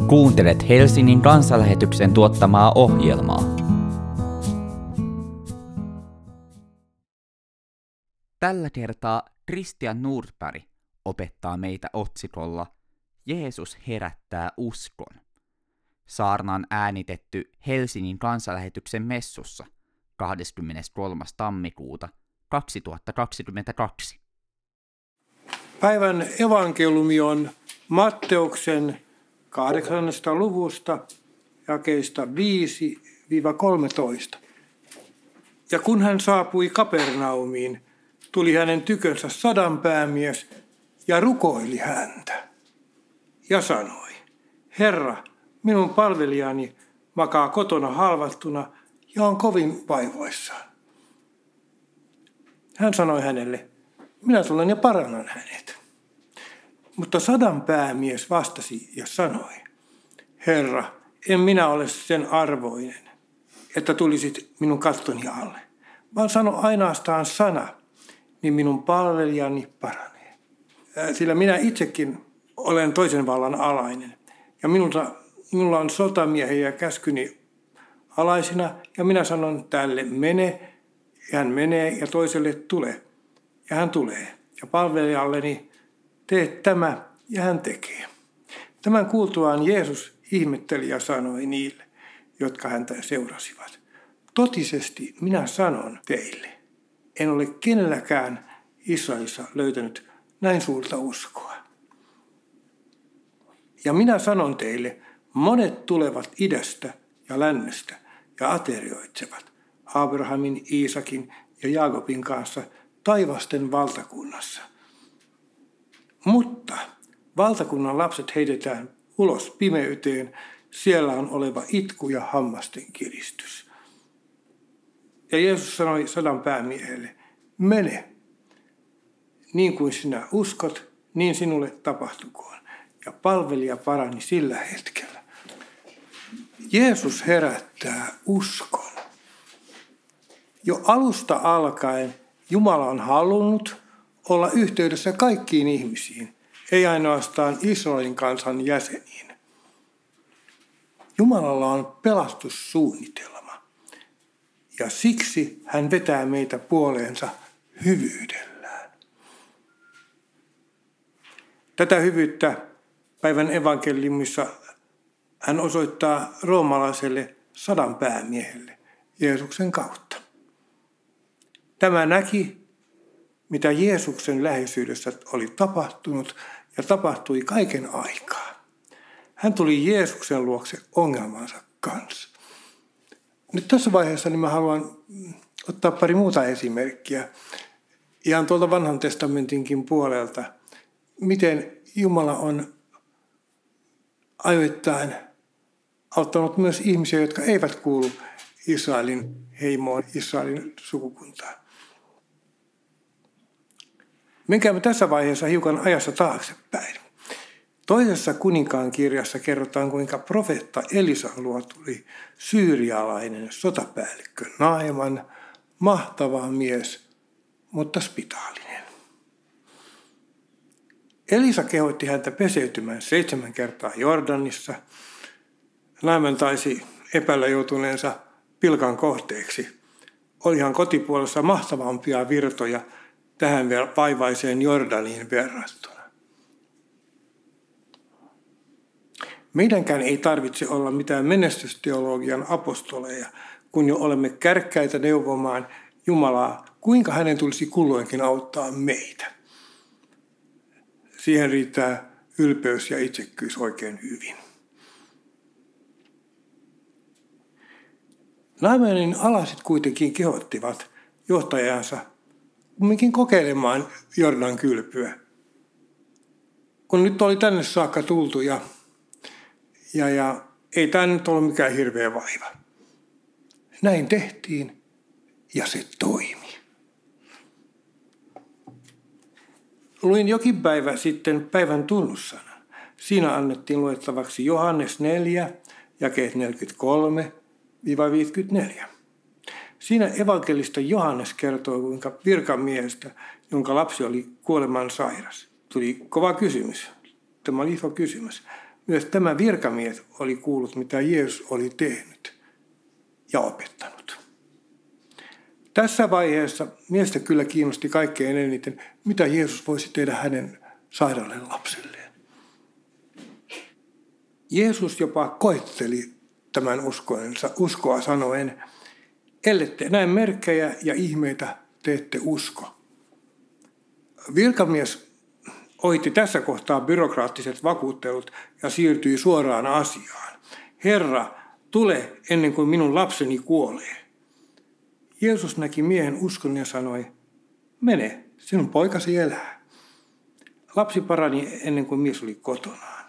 Kuuntelet Helsingin kansanlähetyksen tuottamaa ohjelmaa. Tällä kertaa Christian Nordberg opettaa meitä otsikolla Jeesus herättää uskon. Saarna on äänitetty Helsingin kansanlähetyksen messussa 23. tammikuuta 2022. Päivän evankeliumi on Matteuksen 8. luvusta jakeista 5-13. Ja kun hän saapui Kapernaumiin, tuli hänen tykönsä 100 päämies ja rukoili häntä. Ja sanoi, Herra, minun palvelijani makaa kotona halvattuna ja on kovin vaivoissaan. Hän sanoi hänelle, minä tulen ja parannan hänet. Mutta 100 päämies vastasi ja sanoi, Herra, en minä ole sen arvoinen, että tulisit minun kattoni alle, vaan sano ainoastaan sana, niin minun palvelijani paranee. Sillä minä itsekin olen toisen vallan alainen ja minulla on sotamiehiä käskyni alaisina ja minä sanon tälle mene, ja hän menee ja toiselle tule ja hän tulee. Ja palvelijalleni tee tämä ja hän tekee. Tämän kuultuaan Jeesus ihmetteli ja sanoi niille, jotka häntä seurasivat. Totisesti minä sanon teille, en ole kenelläkään Israelissa löytänyt näin suurta uskoa. Ja minä sanon teille, monet tulevat idästä ja lännestä ja aterioitsevat Abrahamin, Iisakin ja Jaakobin kanssa taivasten valtakunnassa. Mutta valtakunnan lapset heitetään ulos pimeyteen, siellä on oleva itku ja hammasten kiristys. Ja Jeesus sanoi 100 päämiehelle, mene, niin kuin sinä uskot, niin sinulle tapahtukoon. Ja palvelija parani sillä hetkellä. Jeesus herättää uskon. Jo alusta alkaen Jumala on halunnut olla yhteydessä kaikkiin ihmisiin, ei ainoastaan Israelin kansan jäseniin. Jumalalla on pelastussuunnitelma ja siksi hän vetää meitä puoleensa hyvyydellään. Tätä hyvyyttä päivän evankeliumissa hän osoittaa roomalaiselle 100 päämiehelle Jeesuksen kautta. Tämä näki, mitä Jeesuksen läheisyydessä oli tapahtunut ja tapahtui kaiken aikaa. Hän tuli Jeesuksen luokse ongelmansa kanssa. Nyt tässä vaiheessa niin mä haluan ottaa pari muuta esimerkkiä ihan tuolta Vanhan testamentinkin puolelta, miten Jumala on ajoittain auttanut myös ihmisiä, jotka eivät kuulu Israelin heimoon, Israelin sukukuntaan. Menkäämme tässä vaiheessa hiukan ajassa taaksepäin. Toisessa kuninkaan kirjassa kerrotaan, kuinka profeetta Elisan luo tuli syyrialainen sotapäällikkö Naaman, mahtava mies, mutta spitaalinen. Elisa kehotti häntä peseytymään 7 kertaa Jordanissa. Naaman taisi epäillä joutuneensa pilkan kohteeksi. Olihan kotipuolessa mahtavampia virtoja tähän vaivaiseen Jordaniin verrattuna. Meidänkään ei tarvitse olla mitään menestysteologian apostoleja, kun jo olemme kärkkäitä neuvomaan Jumalaa, kuinka hänen tulisi kulloinkin auttaa meitä. Siihen riittää ylpeys ja itsekkyys oikein hyvin. Naamanin alaset kuitenkin kehottivat johtajansa kumminkin kokeilemaan Jordan kylpyä. Kun nyt oli tänne saakka tultu ja ei tämä nyt ollut mikään hirveä vaiva. Näin tehtiin ja se toimi. Luin jokin päivä sitten päivän tunnussanan. Siinä annettiin luettavaksi Johannes 4, jakeet 43-54. Siinä evankelista Johannes kertoo, kuinka virkamiehestä, jonka lapsi oli kuoleman sairas, tuli kova kysymys. Tämä oli iso kysymys. Myös tämä virkamies oli kuullut, mitä Jeesus oli tehnyt ja opettanut. Tässä vaiheessa miestä kyllä kiinnosti kaikkein eniten, mitä Jeesus voisi tehdä hänen sairaalle lapselleen. Jeesus jopa koetteli tämän uskoa sanoen, ellette näe merkkejä ja ihmeitä, te ette usko. Virkamies ohitti tässä kohtaa byrokraattiset vakuuttelut ja siirtyi suoraan asiaan. Herra, tule ennen kuin minun lapseni kuolee. Jeesus näki miehen uskon ja sanoi, mene, sinun poikasi elää. Lapsi parani ennen kuin mies oli kotonaan.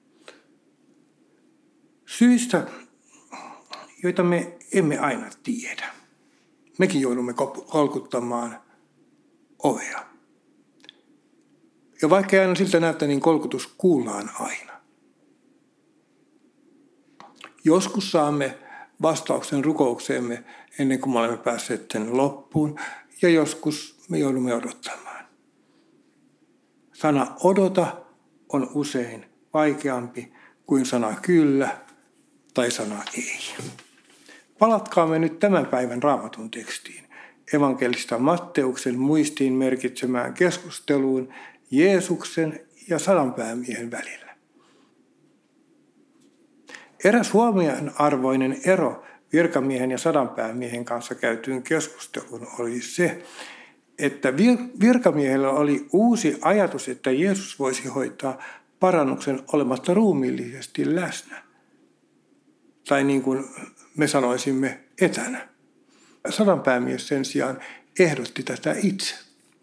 Syistä, joita me emme aina tiedä. Mekin joudumme kolkuttamaan ovea. Ja vaikka ei aina siltä näyttää, niin kolkutus kuullaan aina. Joskus saamme vastauksen rukoukseemme ennen kuin me olemme päässeet sen loppuun, ja joskus me joudumme odottamaan. Sana odota on usein vaikeampi kuin sana kyllä tai sana ei. Palatkaamme nyt tämän päivän Raamatun tekstiin, evankelista Matteuksen muistiin merkitsemään keskusteluun Jeesuksen ja sadanpäämiehen välillä. Eräs huomionarvoinen ero virkamiehen ja sadanpäämiehen kanssa käytyyn keskusteluun oli se, että virkamiehellä oli uusi ajatus, että Jeesus voisi hoitaa parannuksen olematta ruumiillisesti läsnä. Tai niin kuin me sanoisimme, etänä. Sadanpäämies sen sijaan ehdotti tätä itse.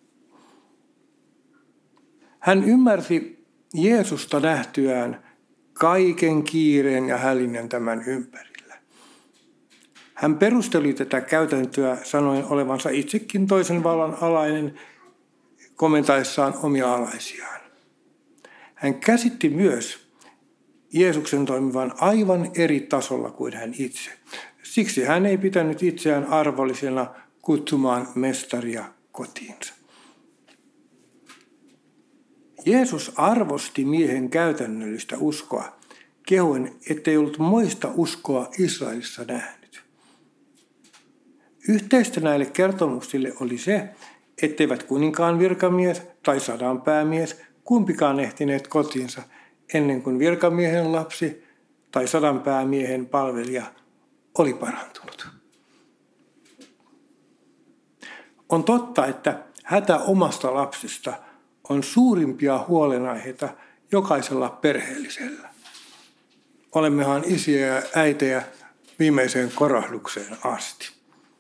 Hän ymmärsi Jeesusta nähtyään kaiken kiireen ja hälinän tämän ympärillä. Hän perusteli tätä käytäntöä sanoen olevansa itsekin toisen vallan alainen komentaessaan omia alaisiaan. Hän käsitti myös Jeesuksen toimivan aivan eri tasolla kuin hän itse. Siksi hän ei pitänyt itseään arvollisena kutsumaan mestaria kotiinsa. Jeesus arvosti miehen käytännöllistä uskoa, kehuen, ettei ollut moista uskoa Israelissa nähnyt. Yhteistä näille kertomuksille oli se, etteivät kuninkaan virkamies tai sadanpäämies kumpikaan ehtineet kotiinsa ennen kuin virkamiehen lapsi tai sadanpäämiehen palvelija oli parantunut. On totta, että hätä omasta lapsesta on suurimpia huolenaiheita jokaisella perheellisellä. Olemmehan isiä ja äitejä viimeiseen korahdukseen asti.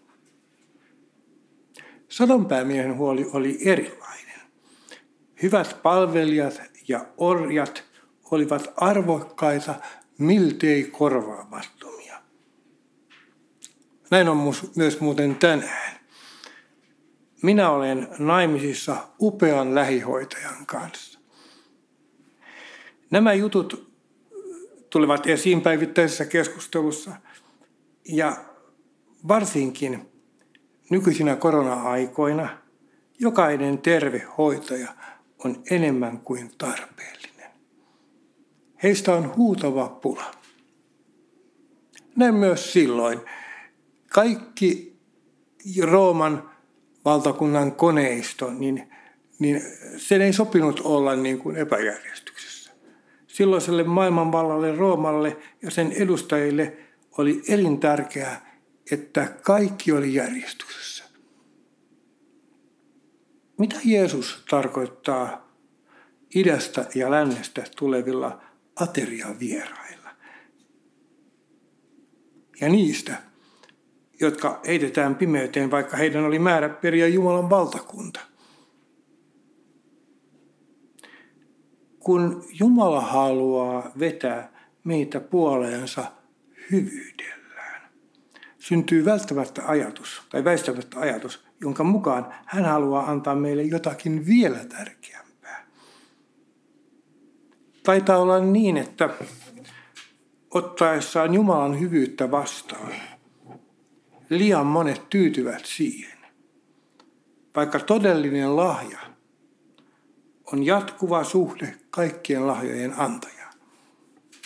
Sadanpäämiehen huoli oli erilainen. Hyvät palvelijat ja orjat olivat arvokkaita, miltei korvaamattomia. Näin on myös muuten tänään. Minä olen naimisissa upean lähihoitajan kanssa. Nämä jutut tulevat esiin päivittäisessä keskustelussa ja varsinkin nykyisinä korona-aikoina jokainen terve hoitaja on enemmän kuin tarpeellinen. Heistä on huutava pula. Näin myös silloin. Kaikki Rooman valtakunnan koneisto, niin sen ei sopinut olla niin kuin epäjärjestyksessä. Silloiselle maailmanvallalle Roomalle ja sen edustajille oli elintärkeää, että kaikki oli järjestyksessä. Mitä Jeesus tarkoittaa idästä ja lännestä tulevilla ateriavierailla? Ja niistä, jotka heitetään pimeyteen, vaikka heidän oli määrä periä Jumalan valtakunta. Kun Jumala haluaa vetää meitä puoleensa hyvyydellään, syntyy väistämättä ajatus, jonka mukaan hän haluaa antaa meille jotakin vielä tärkeämpää. Taitaa olla niin, että ottaessaan Jumalan hyvyyttä vastaan, liian monet tyytyvät siihen, vaikka todellinen lahja on jatkuva suhde kaikkien lahjojen antajaan.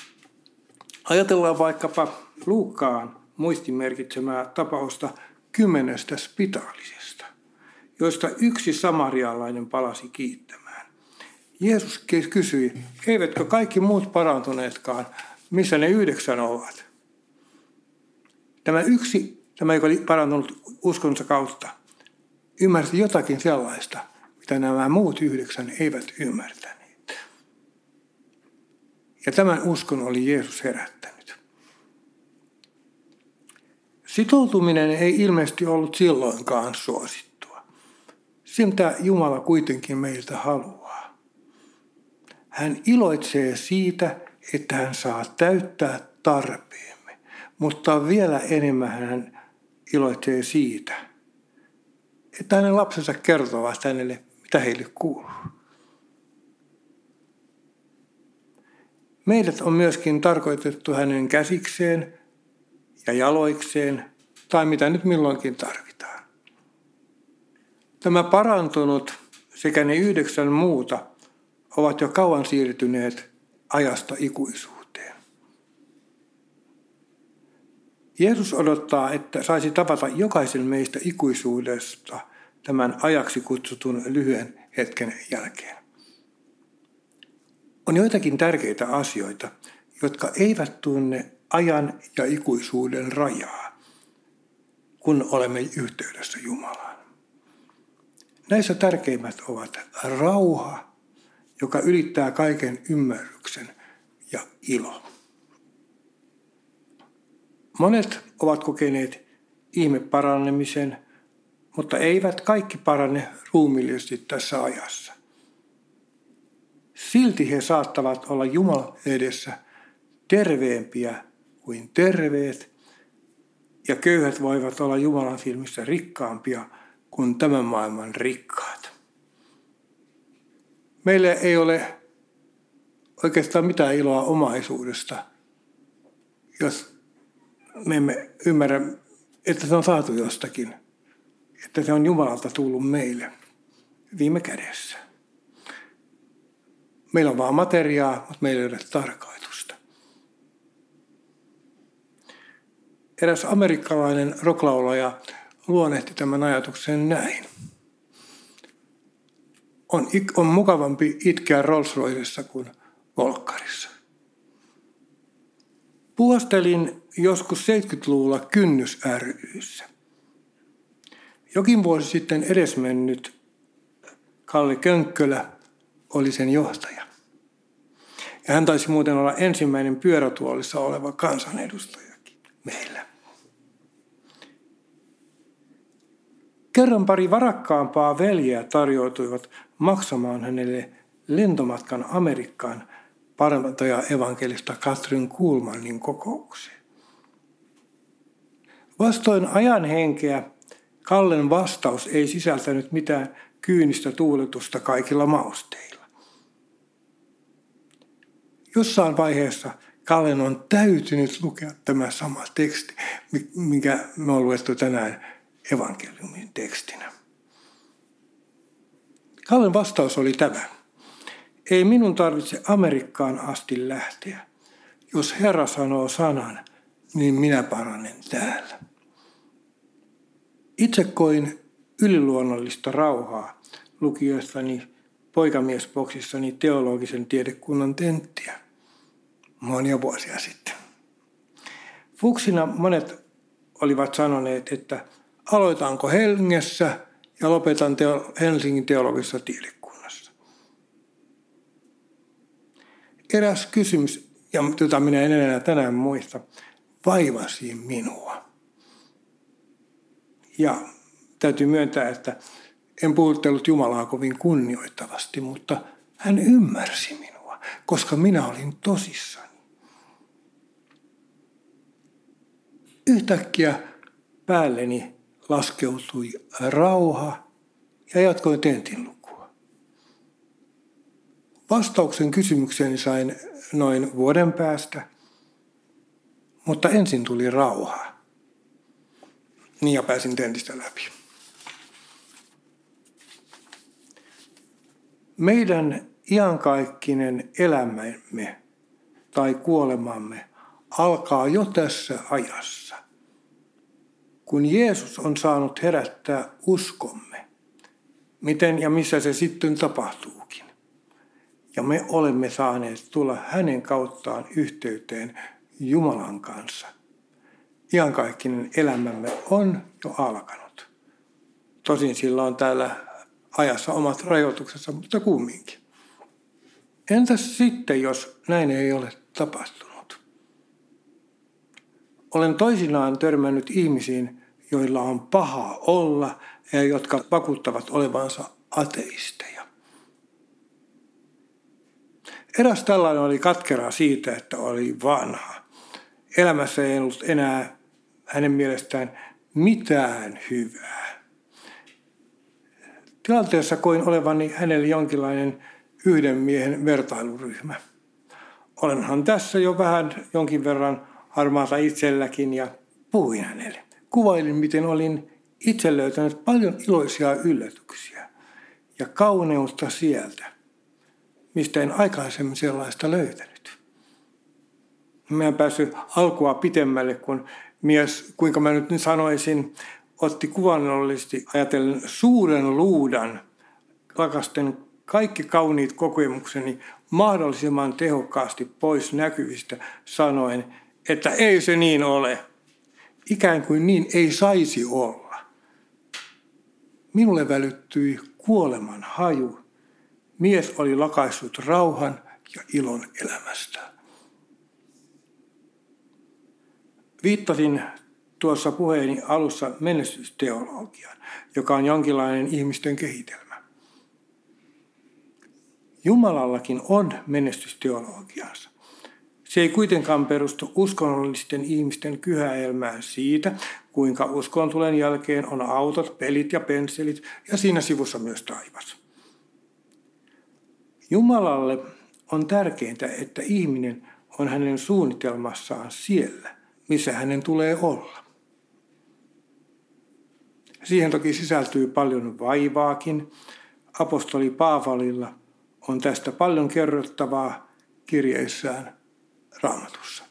Ajatellaan vaikkapa Luukkaan muistin merkitsemää tapausta 10 spitaalisesta, joista yksi samarialainen palasi kiittämään. Jeesus kysyi, eivätkö kaikki muut parantuneetkaan, missä ne 9 ovat? Tämä joka oli parantunut uskonsa kautta, ymmärsi jotakin sellaista, mitä nämä muut 9 eivät ymmärtäneet. Ja tämän uskon oli Jeesus herättänyt. Sitoutuminen ei ilmeisesti ollut silloinkaan suosittua. Se, mitä Jumala kuitenkin meiltä haluaa. Hän iloitsee siitä, että hän saa täyttää tarpeemme, mutta vielä enemmän hän iloitsee siitä, että hänen lapsensa kertovat hänelle, mitä heille kuuluu. Meidät on myöskin tarkoitettu hänen käsikseen ja jaloikseen, tai mitä nyt milloinkin tarvitaan. Tämä parantunut sekä ne 9 muuta ovat jo kauan siirtyneet ajasta ikuisuuteen. Jeesus odottaa, että saisi tavata jokaisen meistä ikuisuudesta tämän ajaksi kutsutun lyhyen hetken jälkeen. On joitakin tärkeitä asioita, jotka eivät tunne ajan ja ikuisuuden rajaa, kun olemme yhteydessä Jumalaan. Näissä tärkeimmät ovat rauha, joka ylittää kaiken ymmärryksen, ja ilo. Monet ovat kokeneet ihmeparanemisen, mutta eivät kaikki parane ruumiillisesti tässä ajassa. Silti he saattavat olla Jumalan edessä terveempiä kuin terveet, ja köyhät voivat olla Jumalan silmissä rikkaampia kuin tämän maailman rikkaat. Meillä ei ole oikeastaan mitään iloa omaisuudesta, jos me emme ymmärrä, että se on saatu jostakin, että se on Jumalalta tullut meille viime kädessä. Meillä on vaan materiaa, mutta meillä ei ole tarkoitusta. Eräs amerikkalainen rocklaulaja luonnehti tämän ajatuksen näin. On mukavampi itkeä Rolls-Roycessa kuin Volkkarissa. Puhastelin joskus 70-luvulla Kynnys ry:ssä. Jokin vuosi sitten edesmennyt Kalle Könkkölä oli sen johtaja. Ja hän taisi muuten olla ensimmäinen pyörätuolissa oleva kansanedustajakin meillä. Kerran pari varakkaampaa veljeä tarjoutuivat maksamaan hänelle lentomatkan Amerikkaan parantaja evankelista Katrin Kuhlmanin kokoukseen. Vastoin ajan henkeä Kallen vastaus ei sisältänyt mitään kyynistä tuuletusta kaikilla mausteilla. Jossain vaiheessa Kallen on täytynyt lukea tämä sama teksti, minkä me on luettu tänään evankeliumin tekstinä. Kallen vastaus oli tämä. Ei minun tarvitse Amerikkaan asti lähteä. Jos Herra sanoo sanan, niin minä paranen täällä. Itse koin yliluonnollista rauhaa lukiessani poikamiesboksissani teologisen tiedekunnan tenttiä monia vuosia sitten. Fuksina monet olivat sanoneet, että aloitanko hengessä ja lopetan Helsingin teologisessa tiedekunnassa. Eräs kysymys, jota minä en enää tänään muista, vaivasi minua. Ja täytyy myöntää, että en puhuttelut Jumalaa kovin kunnioittavasti, mutta hän ymmärsi minua, koska minä olin tosissani. Yhtäkkiä päälleni laskeutui rauha ja jatkoin tentin lukua. Vastauksen kysymykseeni sain noin vuoden päästä, mutta ensin tuli rauha. Niin ja pääsin tentistä läpi. Meidän iankaikkinen elämämme tai kuolemamme alkaa jo tässä ajassa. Kun Jeesus on saanut herättää uskomme, miten ja missä se sitten tapahtuukin. Ja me olemme saaneet tulla hänen kauttaan yhteyteen Jumalan kanssa. Iankaikkinen elämämme on jo alkanut. Tosin sillä on täällä ajassa omat rajoituksensa, mutta kumminkin. Entäs sitten, jos näin ei ole tapahtunut? Olen toisinaan törmännyt ihmisiin, joilla on paha olla ja jotka vakuuttavat olevansa ateisteja. Eräs tällainen oli katkera siitä, että oli vanha. Elämässä ei ollut enää hänen mielestään mitään hyvää. Tilanteessa koin olevani hänelle jonkinlainen yhden miehen vertailuryhmä. Olenhan tässä jo jonkin verran harmaata itselläkin ja puhuin hänelle. Kuvailin, miten olin itse löytänyt paljon iloisia yllätyksiä ja kauneutta sieltä, mistä en aikaisemmin sellaista löytänyt. Mä en päässyt alkua pitemmälle, kun mies, kuinka mä nyt sanoisin, otti kuvannollisesti ajatellen suuren luudan, lakasten kaikki kauniit kokemukseni mahdollisimman tehokkaasti pois näkyvistä sanoen, että ei se niin ole. Ikään kuin niin ei saisi olla. Minulle välyttyi kuoleman haju. Mies oli lakaissut rauhan ja ilon elämästä. Viittasin tuossa puheeni alussa menestysteologiaan, joka on jonkinlainen ihmisten kehitelmä. Jumalallakin on menestysteologiansa. Se ei kuitenkaan perustu uskonnollisten ihmisten kyhäelmään siitä, kuinka uskon tulen jälkeen on autot, pelit ja pensselit ja siinä sivussa myös taivas. Jumalalle on tärkeintä, että ihminen on hänen suunnitelmassaan siellä, missä hänen tulee olla. Siihen toki sisältyy paljon vaivaakin. Apostoli Paavalilla on tästä paljon kerrottavaa kirjeissään Raamatussa.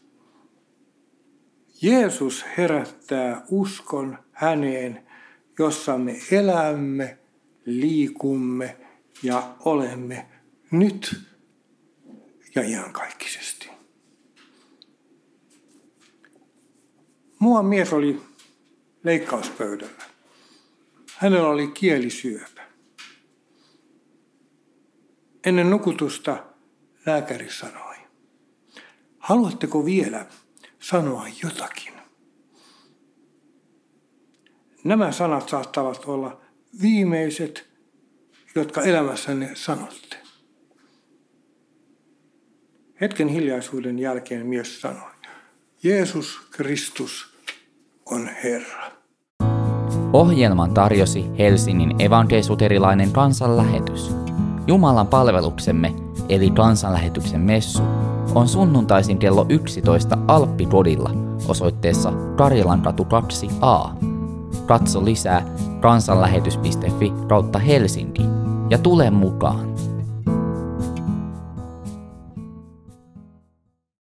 Jeesus herättää uskon häneen, jossa me elämme, liikumme ja olemme nyt ja iankaikkisesti. Muuan mies oli leikkauspöydällä. Hänellä oli kielisyöpä. Ennen nukutusta lääkäri sanoi, haluatteko vielä sanoa jotakin? Nämä sanat saattavat olla viimeiset, jotka elämässänne sanotte. Hetken hiljaisuuden jälkeen mies sanoi, Jeesus Kristus on Herra. Ohjelman tarjosi Helsingin evankelisuterilainen kansanlähetys. Jumalan palveluksemme, eli kansanlähetyksen messu, on sunnuntaisin kello 11 Alppikodilla osoitteessa Karjalankatu 2a. Katso lisää kansanlähetys.fi/Helsinki ja tule mukaan.